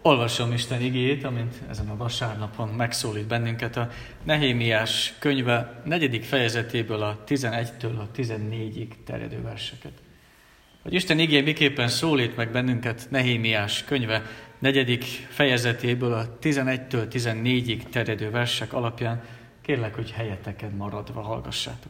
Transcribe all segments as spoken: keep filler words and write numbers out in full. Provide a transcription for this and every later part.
Olvasom Isten igéjét, amint ezen a vasárnapon megszólít bennünket a Nehémiás könyve negyedik fejezetéből a tizenegytől a tizennégyig terjedő verseket. Hogy Isten igéje miképpen szólít meg bennünket Nehémiás könyve negyedik fejezetéből a tizenegytől tizennégyig terjedő versek alapján, kérlek, hogy helyeteken maradva hallgassátok.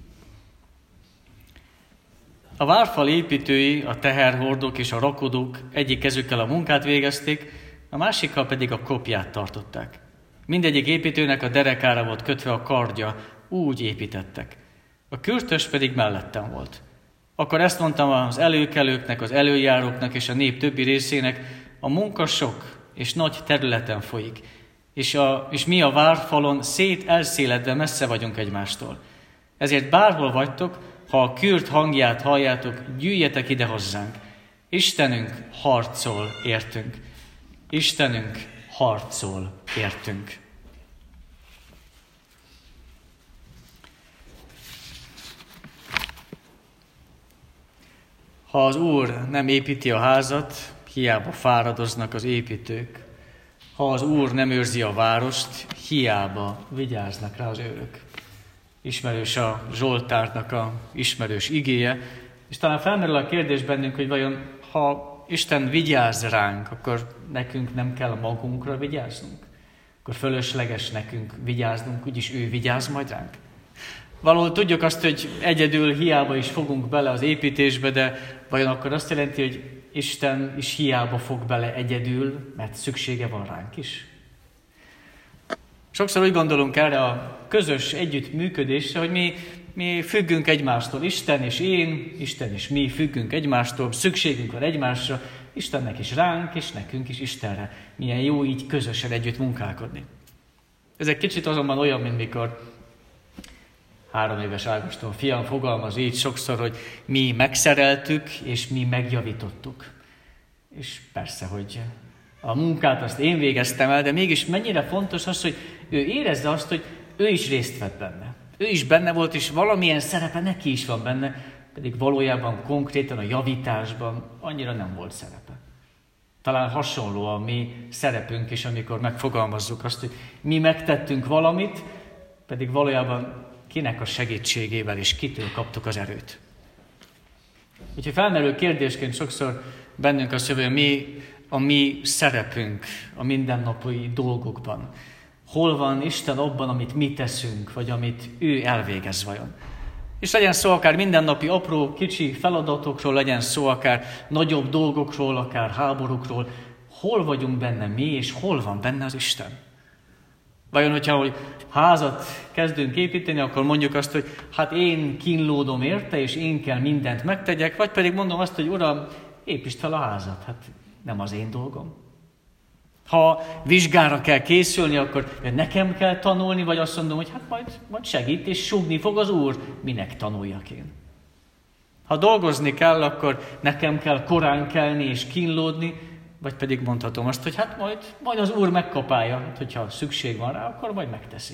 A várfal építői, a teherhordók és a rakodók egyik kezükkel a munkát végezték, a másikkal pedig a kopját tartották. Mindegyik építőnek a derekára volt kötve a kardja, úgy építettek. A kürtös pedig mellettem volt. Akkor ezt mondtam az előkelőknek, az előjáróknak és a nép többi részének, a munka sok és nagy területen folyik, és, a, és mi a várfalon szét elszéledve messze vagyunk egymástól. Ezért bárhol vagytok, ha a kürt hangját halljátok, gyűjjetek ide hozzánk. Istenünk harcol értünk. Istenünk harcol értünk. Ha az Úr nem építi a házat, hiába fáradoznak az építők. Ha az Úr nem őrzi a várost, hiába vigyáznak rá az őrök. Ismerős a Zsoltárnak a ismerős igéje, és talán felmerül a kérdés bennünk, hogy vajon ha Isten vigyáz ránk, akkor nekünk nem kell magunkra vigyáznunk? Akkor fölösleges nekünk vigyáznunk, úgyis ő vigyáz majd ránk? Valahol tudjuk azt, hogy egyedül hiába is fogunk bele az építésbe, de vajon akkor azt jelenti, hogy Isten is hiába fog bele egyedül, mert szüksége van ránk is? Sokszor úgy gondolunk erre a közös együttműködésre, hogy mi, mi függünk egymástól. Isten és én, Isten és mi függünk egymástól, szükségünk van egymásra, Istennek is ránk, és nekünk is Istenre. Milyen jó így közösen együtt munkálkodni. Ez egy kicsit azonban olyan, mint mikor három éves Ágoston fiam fogalmaz így sokszor, hogy mi megszereltük, és mi megjavítottuk. És persze, hogy a munkát azt én végeztem el, de mégis mennyire fontos az, hogy ő érezze azt, hogy ő is részt vett benne. Ő is benne volt, és valamilyen szerepe neki is van benne, pedig valójában konkrétan a javításban annyira nem volt szerepe. Talán hasonló a mi szerepünk is, amikor megfogalmazzuk azt, hogy mi megtettünk valamit, pedig valójában kinek a segítségével és kitől kaptuk az erőt. Úgyhogy felmerül kérdésként sokszor bennünk azt, hogy mi a mi szerepünk a mindennapi dolgokban. Hol van Isten abban, amit mi teszünk, vagy amit ő elvégez vajon? És legyen szó akár mindennapi apró, kicsi feladatokról, legyen szó akár nagyobb dolgokról, akár háborúkról. Hol vagyunk benne mi, és hol van benne az Isten? Vajon, hogyha hogy házat kezdünk építeni, akkor mondjuk azt, hogy hát én kínlódom érte, és én kell mindent megtegyek, vagy pedig mondom azt, hogy Uram, építsd fel a házat, hát nem az én dolgom. Ha vizsgára kell készülni, akkor nekem kell tanulni, vagy azt mondom, hogy hát majd, majd segít, és súgni fog az Úr, minek tanuljak én. Ha dolgozni kell, akkor nekem kell korán kelni és kínlódni, vagy pedig mondhatom azt, hogy hát majd, majd az Úr megkapálja, hát hogyha szükség van rá, akkor majd megteszi.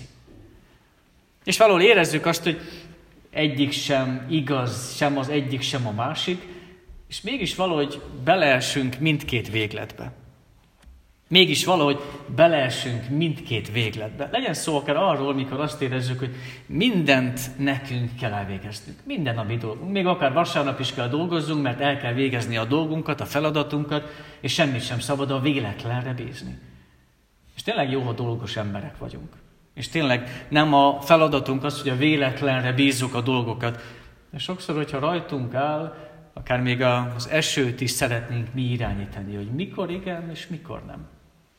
És valahol érezzük azt, hogy egyik sem igaz, sem az egyik, sem a másik, és mégis valahogy beleesünk mindkét végletbe. Mégis valahogy beleesünk mindkét végletbe. Legyen szó akár arról, mikor azt érezzük, hogy mindent nekünk kell elvégeznünk. Minden a mi dolgunk. Még akár vasárnap is kell dolgozzunk, mert el kell végezni a dolgunkat, a feladatunkat, és semmit sem szabad a véletlenre bízni. És tényleg jó, ha dolgos emberek vagyunk. És tényleg nem a feladatunk az, hogy a véletlenre bízzuk a dolgokat. De sokszor, hogyha rajtunk áll, akár még az esőt is szeretnénk mi irányítani, hogy mikor igen, és mikor nem.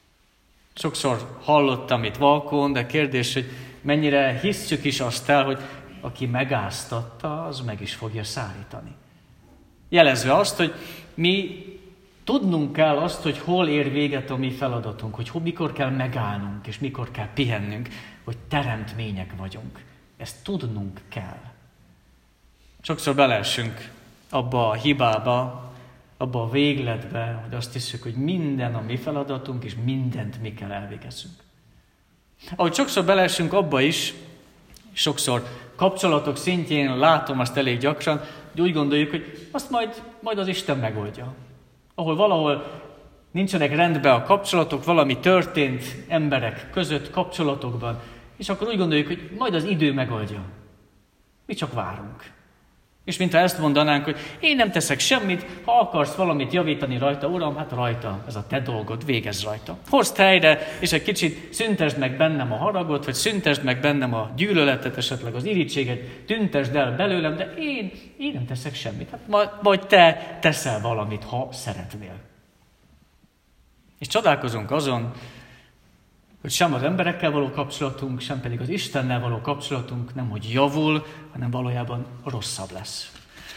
Sokszor hallottam itt valkón, de kérdés, hogy mennyire hisszük is azt el, hogy aki megáztatta, az meg is fogja szállítani. Jelezve azt, hogy mi tudnunk kell azt, hogy hol ér véget a mi feladatunk, hogy mikor kell megállnunk, és mikor kell pihennünk, hogy teremtmények vagyunk. Ezt tudnunk kell. Sokszor beleesünk abba a hibába, abba a végletbe, hogy azt hiszük, hogy minden a mi feladatunk, és mindent mi kell elvégezzünk. Ahogy sokszor beleesünk abba is, sokszor kapcsolatok szintjén látom azt elég gyakran, hogy úgy gondoljuk, hogy azt majd, majd az Isten megoldja. Ahol valahol nincsenek rendben a kapcsolatok, valami történt emberek között, kapcsolatokban, és akkor úgy gondoljuk, hogy majd az idő megoldja. Mi csak várunk. És mintha ezt mondanánk, hogy én nem teszek semmit, ha akarsz valamit javítani rajta, Uram, hát rajta, ez a te dolgod, végezz rajta. Hozd helyre, és egy kicsit szüntesd meg bennem a haragot, vagy szüntesd meg bennem a gyűlöletet, esetleg az irítséget, tüntesd el belőlem, de én, én nem teszek semmit. Hát vagy te teszel valamit, ha szeretnél. És csodálkozunk azon, hogy sem az emberekkel való kapcsolatunk, sem pedig az Istennel való kapcsolatunk nem, hogy javul, hanem valójában rosszabb lesz.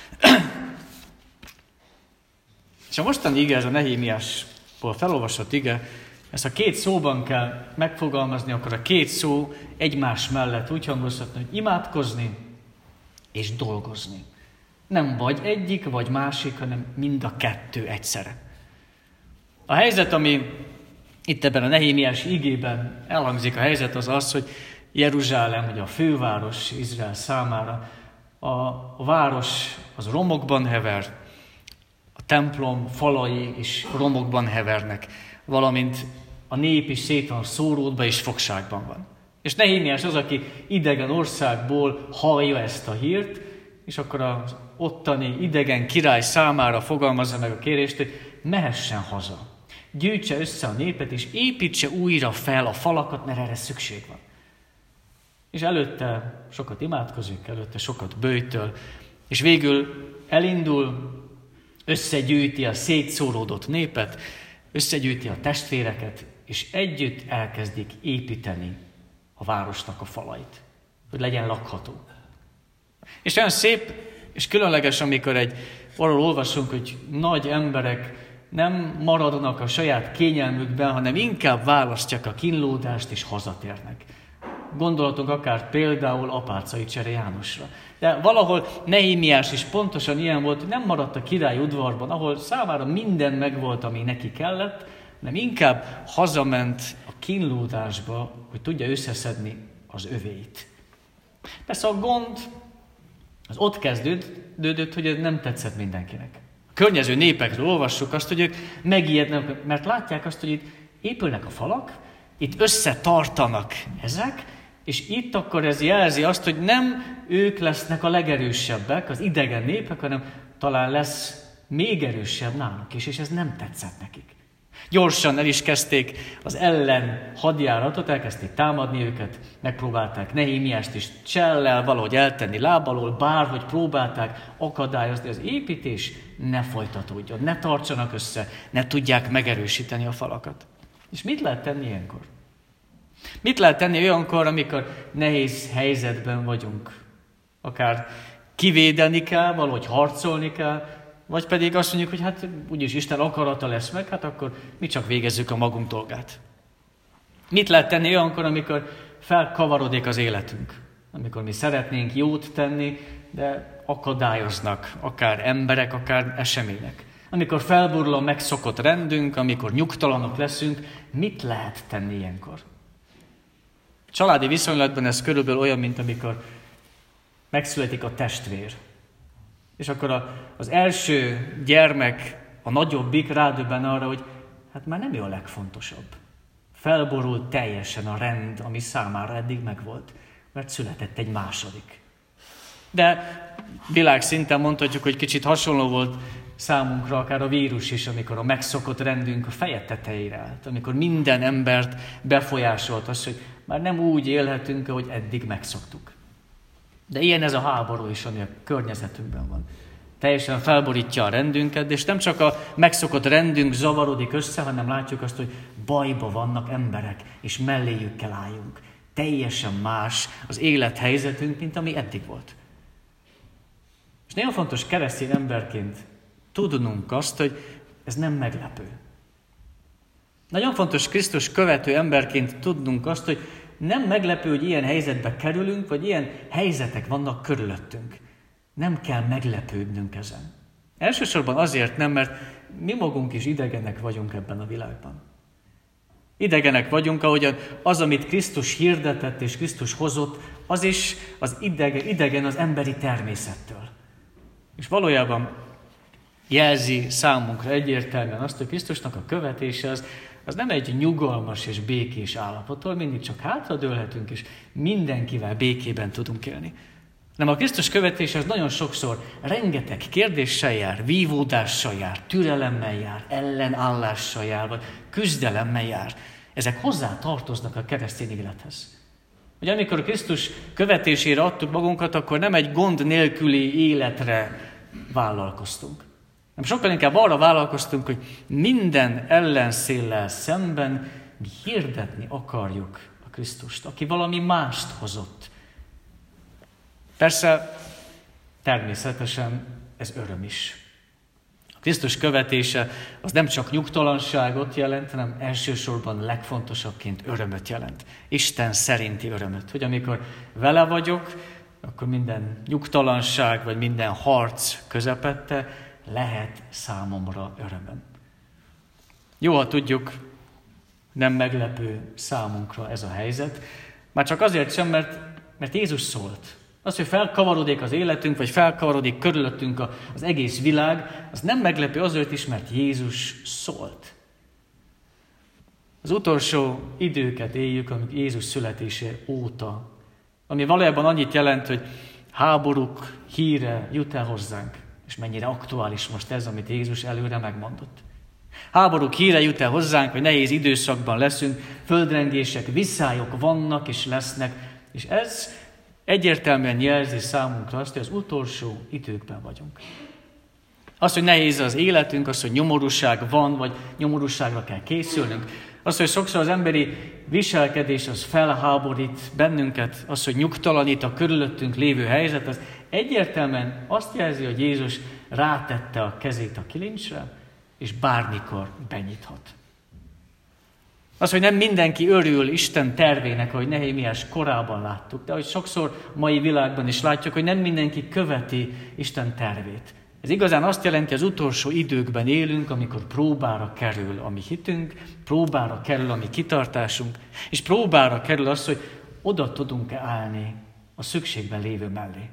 És a mostani ige, ez a Nehémiásból felolvasott ige, ezt a két szóban kell megfogalmazni, akkor a két szó egymás mellett úgy hangozhatna, hogy imádkozni és dolgozni. Nem vagy egyik, vagy másik, hanem mind a kettő egyszerre. A helyzet, ami itt ebben a Nehémiás igében elhangzik, a helyzet az az, hogy Jeruzsálem, hogy a főváros Izrael számára, a, a város az romokban hever, a templom falai is romokban hevernek, valamint a nép is szét van szóródva és fogságban van. És Nehémiás az, aki idegen országból hallja ezt a hírt, és akkor az ottani idegen király számára fogalmazza meg a kérést, hogy mehessen haza. Gyűjtse össze a népet, és építse újra fel a falakat, mert erre szükség van. És előtte sokat imádkozik, előtte sokat böjtöl, és végül elindul, összegyűjti a szétszóródott népet, összegyűjti a testvéreket, és együtt elkezdik építeni a városnak a falait, hogy legyen lakható. És olyan szép és különleges, amikor egy arról olvasunk, hogy nagy emberek nem maradnak a saját kényelmükben, hanem inkább választják a kínlódást és hazatérnek. Gondolatunk akár például Apáczai Csere Jánosra. De valahol Nehémiás is pontosan ilyen volt, hogy nem maradt a király udvarban, ahol számára minden megvolt, ami neki kellett, hanem inkább hazament a kínlódásba, hogy tudja összeszedni az övéit. Persze a gond az ott kezdődött, hogy ez nem tetszett mindenkinek. A környező népekről olvassuk azt, hogy ők megijednek, mert látják azt, hogy itt épülnek a falak, itt összetartanak ezek, és itt akkor ez jelzi azt, hogy nem ők lesznek a legerősebbek, az idegen népek, hanem talán lesz még erősebb náluk is, és ez nem tetszett nekik. Gyorsan el is kezdték az ellen hadjáratot, elkezdték támadni őket, megpróbálták Nehémiást is csellel valahogy eltenni lábalól, bárhogy próbálták akadályozni az építés, ne folytatódjon, ne tartsanak össze, ne tudják megerősíteni a falakat. És mit lehet tenni ilyenkor? Mit lehet tenni olyankor, amikor nehéz helyzetben vagyunk? Akár kivédeni kell, valahogy harcolni kell, vagy pedig azt mondjuk, hogy hát úgyis Isten akarata lesz meg, hát akkor mi csak végezzük a magunk dolgát. Mit lehet tenni olyankor, amikor felkavarodik az életünk? Amikor mi szeretnénk jót tenni, de akadályoznak akár emberek, akár események. Amikor felborul a megszokott rendünk, amikor nyugtalanok leszünk, mit lehet tenni ilyenkor? Családi viszonylatban ez körülbelül olyan, mint amikor megszületik a testvér. És akkor a, az első gyermek, a nagyobbik rádöbben arra, hogy hát már nem ő a legfontosabb. Felborult teljesen a rend, ami számára eddig megvolt, mert született egy második. De világszinten mondhatjuk, hogy kicsit hasonló volt számunkra akár a vírus is, amikor a megszokott rendünk a feje tetejére állt, amikor minden embert befolyásolt az, hogy már nem úgy élhetünk, ahogy eddig megszoktuk. De ilyen ez a háború is, ami a környezetünkben van. Teljesen felborítja a rendünket, és nem csak a megszokott rendünk zavarodik össze, hanem látjuk azt, hogy bajba vannak emberek, és melléjükkel álljunk. Teljesen más az élethelyzetünk, mint ami eddig volt. És nagyon fontos keresztény emberként tudnunk azt, hogy ez nem meglepő. Nagyon fontos Krisztus követő emberként tudnunk azt, hogy nem meglepő, hogy ilyen helyzetbe kerülünk, vagy ilyen helyzetek vannak körülöttünk. Nem kell meglepődnünk ezen. Elsősorban azért nem, mert mi magunk is idegenek vagyunk ebben a világban. Idegenek vagyunk, ahogyan az, amit Krisztus hirdetett és Krisztus hozott, az is az idegen, idegen az emberi természettől. És valójában jelzi számunkra egyértelműen azt, hogy Krisztusnak a követése az, az nem egy nyugalmas és békés állapottól, mindig csak hátradőlhetünk, és mindenkivel békében tudunk élni. Nem, a Krisztus követése az nagyon sokszor rengeteg kérdéssel jár, vívódással jár, türelemmel jár, ellenállással jár, vagy küzdelemmel jár. Ezek hozzá tartoznak a keresztény élethez. Ugye amikor a Krisztus követésére adtuk magunkat, akkor nem egy gond nélküli életre vállalkoztunk. Nem sokkal inkább arra vállalkoztunk, hogy minden ellenszéllel szemben mi hirdetni akarjuk a Krisztust, aki valami mást hozott. Persze, természetesen ez öröm is. A Krisztus követése az nem csak nyugtalanságot jelent, hanem elsősorban legfontosabbként örömöt jelent. Isten szerinti örömöt. Hogy amikor vele vagyok, akkor minden nyugtalanság vagy minden harc közepette lehet számomra örömöm. Jó, ha tudjuk, nem meglepő számunkra ez a helyzet. Már csak azért sem, mert, mert Jézus szólt. Az, hogy felkavarodik az életünk, vagy felkavarodik körülöttünk az egész világ, az nem meglepő azért is, mert Jézus szólt. Az utolsó időket éljük, amíg Jézus születése óta, ami valójában annyit jelent, hogy háborúk híre jut el hozzánk, és mennyire aktuális most ez, amit Jézus előre megmondott. Háborúk híre jut el hozzánk, hogy nehéz időszakban leszünk, földrengések, visszályok vannak és lesznek, és ez egyértelműen jelzi számunkra azt, hogy az utolsó időkben vagyunk. Az, hogy nehéz az életünk, az, hogy nyomorúság van, vagy nyomorúságra kell készülnünk, az, hogy sokszor az emberi viselkedés az felháborít bennünket, az, hogy nyugtalanít a körülöttünk lévő helyzet, az egyértelműen azt jelzi, hogy Jézus rátette a kezét a kilincsre, és bármikor benyithat. Az, hogy nem mindenki örül Isten tervének, ahogy Nehémiás korában láttuk, de hogy sokszor mai világban is látjuk, hogy nem mindenki követi Isten tervét. Ez igazán azt jelenti, az utolsó időkben élünk, amikor próbára kerül a mi hitünk, próbára kerül a mi kitartásunk, és próbára kerül az, hogy oda tudunk-e állni a szükségben lévő mellé.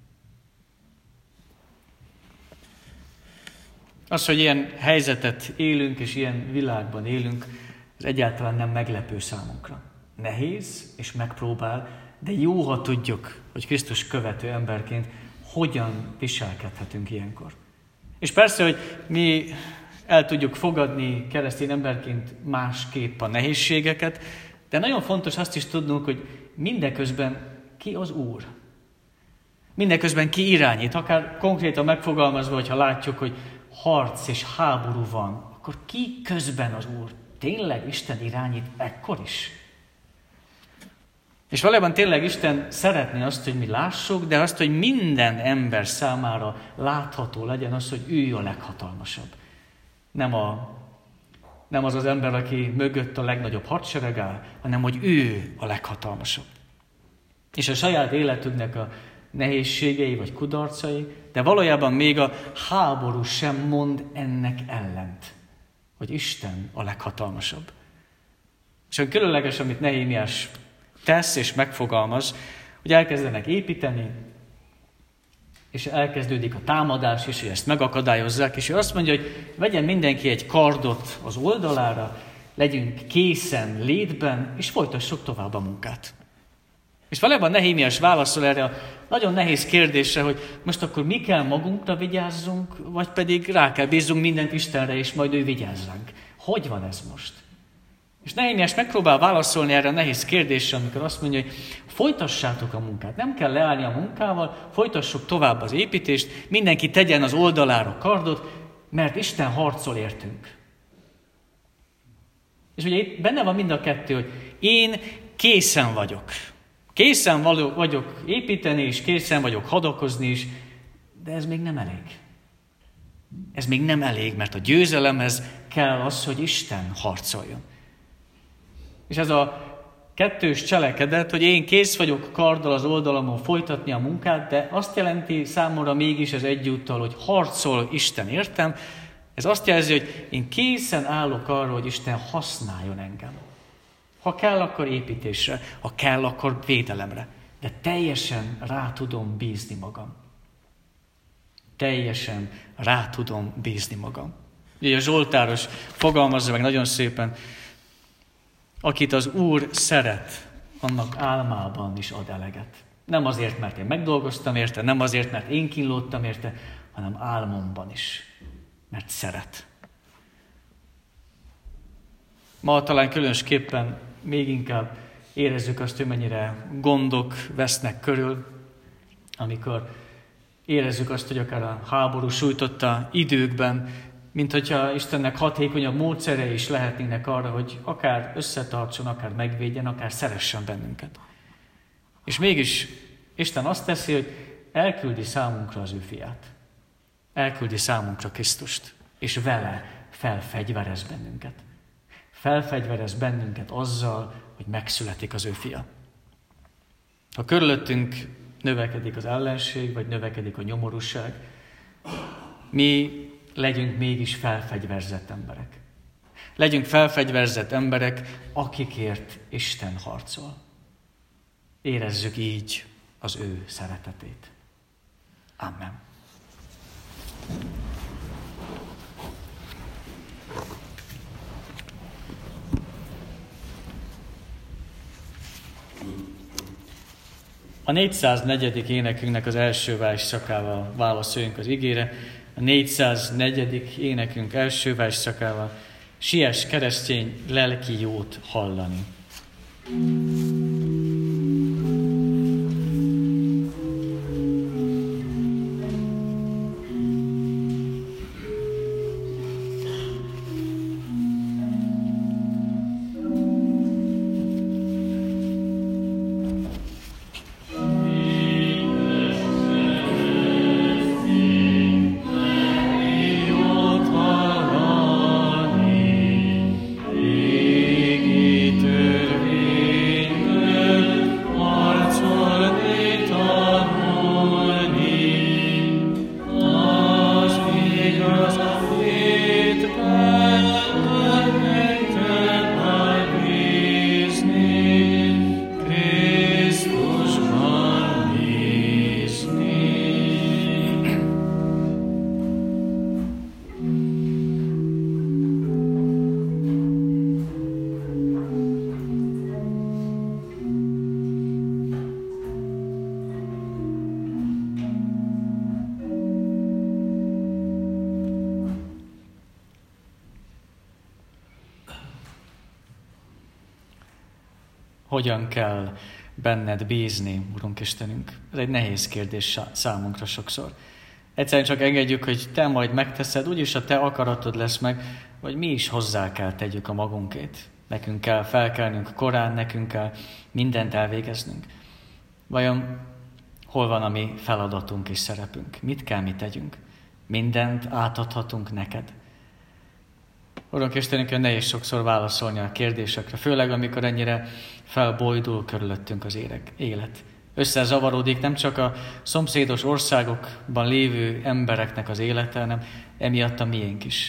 Az, hogy ilyen helyzetet élünk, és ilyen világban élünk, ez egyáltalán nem meglepő számunkra. Nehéz és megpróbál, de jó, ha tudjuk, hogy Krisztus követő emberként hogyan viselkedhetünk ilyenkor. És persze, hogy mi el tudjuk fogadni keresztény emberként másképp a nehézségeket, de nagyon fontos azt is tudnunk, hogy mindeközben ki az Úr. Mindeközben ki irányít, akár konkrétan megfogalmazva, hogyha látjuk, hogy harc és háború van, akkor ki közben az Úr? Tényleg Isten irányít ekkor is? És valójában tényleg Isten szeretné azt, hogy mi lássuk, de azt, hogy minden ember számára látható legyen az, hogy ő a leghatalmasabb. Nem, a, nem az az ember, aki mögött a legnagyobb hadsereg áll, hanem hogy ő a leghatalmasabb. És a saját életünknek a nehézségei vagy kudarcai, de valójában még a háború sem mond ennek ellent, hogy Isten a leghatalmasabb. És olyan különleges, amit Nehémiás tesz és megfogalmaz, hogy elkezdenek építeni, és elkezdődik a támadás is, hogy ezt megakadályozzák, és ő azt mondja, hogy vegyen mindenki egy kardot az oldalára, legyünk készen létben, és folytassuk tovább a munkát. És valójában Nehémiás válaszol erre a nagyon nehéz kérdésre, hogy most akkor mi kell magunkra vigyázzunk, vagy pedig rá kell bízzunk mindent Istenre, és majd ő vigyázz ránk. Hogy van ez most? És Nehémiás megpróbál válaszolni erre a nehéz kérdésre, amikor azt mondja, hogy folytassátok a munkát. Nem kell leállni a munkával, folytassuk tovább az építést, mindenki tegyen az oldalára kardot, mert Isten harcol értünk. És ugye itt benne van mind a kettő, hogy én készen vagyok. Készen vagyok építeni, és készen vagyok hadakozni is, de ez még nem elég. Ez még nem elég, mert a győzelemhez kell az, hogy Isten harcoljon. És ez a kettős cselekedet, hogy én kész vagyok karddal az oldalamon folytatni a munkát, de azt jelenti számomra mégis ez egyúttal, hogy harcol Isten értem. Ez azt jelzi, hogy én készen állok arra, hogy Isten használjon engem. Ha kell, akkor építésre, ha kell, akkor védelemre. De teljesen rá tudom bízni magam. teljesen rá tudom bízni magam. Ugye a Zsoltáros fogalmazza meg nagyon szépen, akit az Úr szeret, annak álmában is ad eleget. Nem azért, mert én megdolgoztam érte, nem azért, mert én kínlódtam érte, hanem álmomban is, mert szeret. Ma talán különösképpen még inkább érezzük azt, hogy mennyire gondok vesznek körül, amikor érezzük azt, hogy akár a háború sújtotta időkben, mint hogyha Istennek hatékonyabb módszerei is lehetnének arra, hogy akár összetartson, akár megvédjen, akár szeressen bennünket. És mégis Isten azt teszi, hogy elküldi számunkra az ő fiát. Elküldi számunkra Krisztust, és vele felfegyverez bennünket. Felfegyverez bennünket azzal, hogy megszületik az ő fia. Ha körülöttünk növekedik az ellenség, vagy növekedik a nyomorúság, mi legyünk mégis felfegyverzett emberek. Legyünk felfegyverzett emberek, akikért Isten harcol. Érezzük így az ő szeretetét. Amen. A négyszáznegyedik énekünknek az első versszakával válaszoljunk az igére. A négyszáznegyedik énekünk első versszakával: siess keresztény lelki jót hallani. Hogyan kell benned bízni, Urunk Istenünk? Ez egy nehéz kérdés számunkra sokszor. Egyszerűen csak engedjük, hogy te majd megteszed, úgyis a te akaratod lesz meg, vagy mi is hozzá kell tegyük a magunkét. Nekünk kell felkelnünk korán, nekünk kell mindent elvégeznünk. Vajon hol van a mi feladatunk és szerepünk? Mit kell mi tegyünk? Mindent átadhatunk neked? Urunk Istenünk, nehéz sokszor válaszolni a kérdésekre, főleg amikor ennyire felbojdul körülöttünk az élet. Összezavarodik nem csak a szomszédos országokban lévő embereknek az élete, hanem emiatt a miénk is.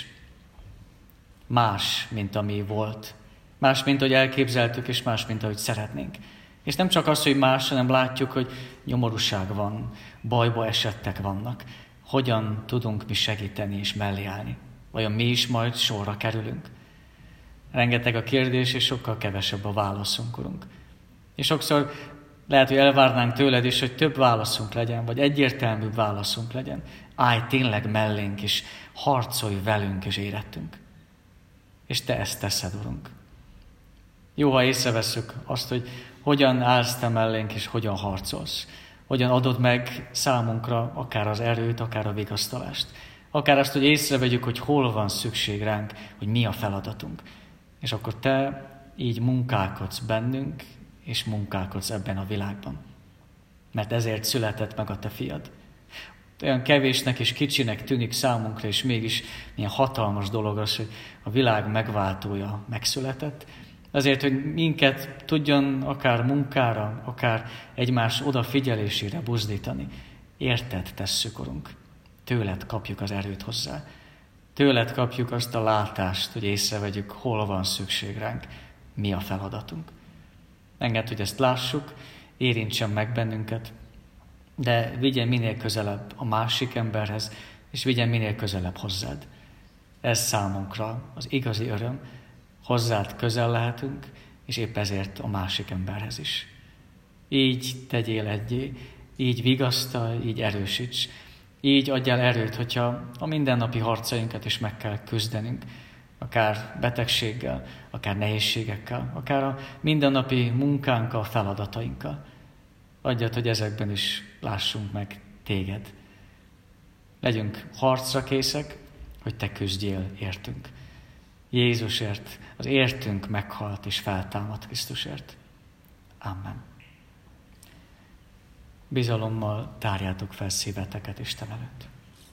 Más, mint ami volt. Más, mint ahogy elképzeltük, és más, mint ahogy szeretnénk. És nem csak az, hogy más, hanem látjuk, hogy nyomorúság van, bajba esettek vannak. Hogyan tudunk mi segíteni és mellé állni? Vajon mi is majd sorra kerülünk? Rengeteg a kérdés, és sokkal kevesebb a válaszunk, Urunk. És sokszor lehet, hogy elvárnánk tőled is, hogy több válaszunk legyen, vagy egyértelműbb válaszunk legyen. Állj tényleg mellénk, és harcolj velünk és érettünk. És te ezt teszed, Urunk. Jó, ha észrevesszük azt, hogy hogyan állsz te mellénk, és hogyan harcolsz. Hogyan adod meg számunkra akár az erőt, akár a vigasztalást. Akár azt, hogy észrevegyük, hogy hol van szükség ránk, hogy mi a feladatunk. És akkor te így munkálkodsz bennünk, és munkálkodsz ebben a világban. Mert ezért született meg a te fiad. Olyan kevésnek és kicsinek tűnik számunkra, és mégis milyen hatalmas dolog az, hogy a világ megváltója megszületett. Azért, hogy minket tudjon akár munkára, akár egymás odafigyelésére buzdítani. Érted tesszük, Urunk. Tőled kapjuk az erőt hozzá. Tőled kapjuk azt a látást, hogy észrevegyük, hol van szükség ránk, mi a feladatunk. Engedd, hogy ezt lássuk, érintsen meg bennünket, de vigyen minél közelebb a másik emberhez, és vigyen minél közelebb hozzád. Ez számunkra az igazi öröm, hozzád közel lehetünk, és épp ezért a másik emberhez is. Így tegyél egyé, így vigasztalj, így erősíts, így adjál erőt, hogyha a mindennapi harcainkat is meg kell küzdenünk, akár betegséggel, akár nehézségekkel, akár a mindennapi munkánkkal, feladatainkkal. Adjad, hogy ezekben is lássunk meg téged. Legyünk harcra készek, hogy te küzdjél értünk. Jézusért, az értünk meghalt és feltámadt Krisztusért. Amen. Bizalommal tárjátok fel szíveteket Isten előtt.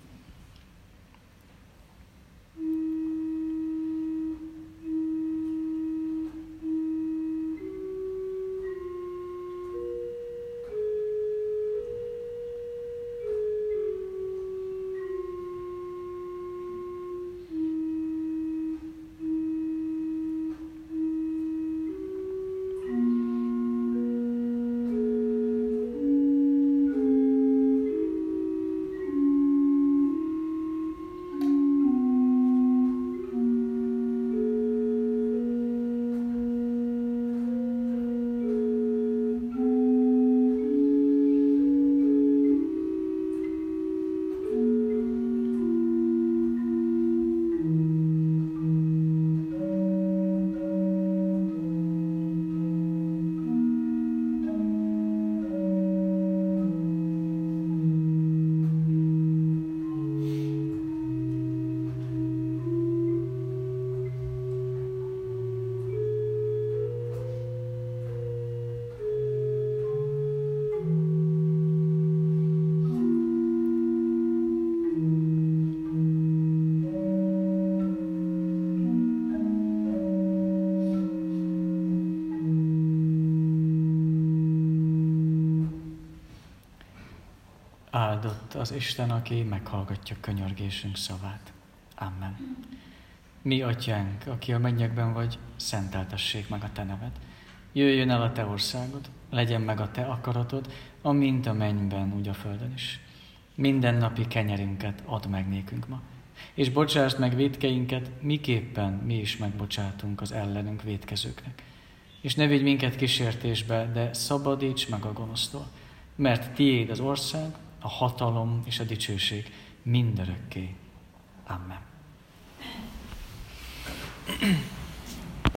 Áldott az Isten, aki meghallgatja könyörgésünk szavát. Amen. Mi, Atyánk, aki a mennyekben vagy, szenteltessék meg a te neved. Jöjjön el a te országod, legyen meg a te akaratod, amint a mennyben, úgy a földön is. Minden napi kenyerünket add meg nékünk ma, és bocsásd meg vétkeinket, miképpen mi is megbocsátunk az ellenünk vétkezőknek. És ne vigy minket kísértésbe, de szabadíts meg a gonosztól, mert tiéd az ország, a hatalom és a dicsőség mindörökké. Amen.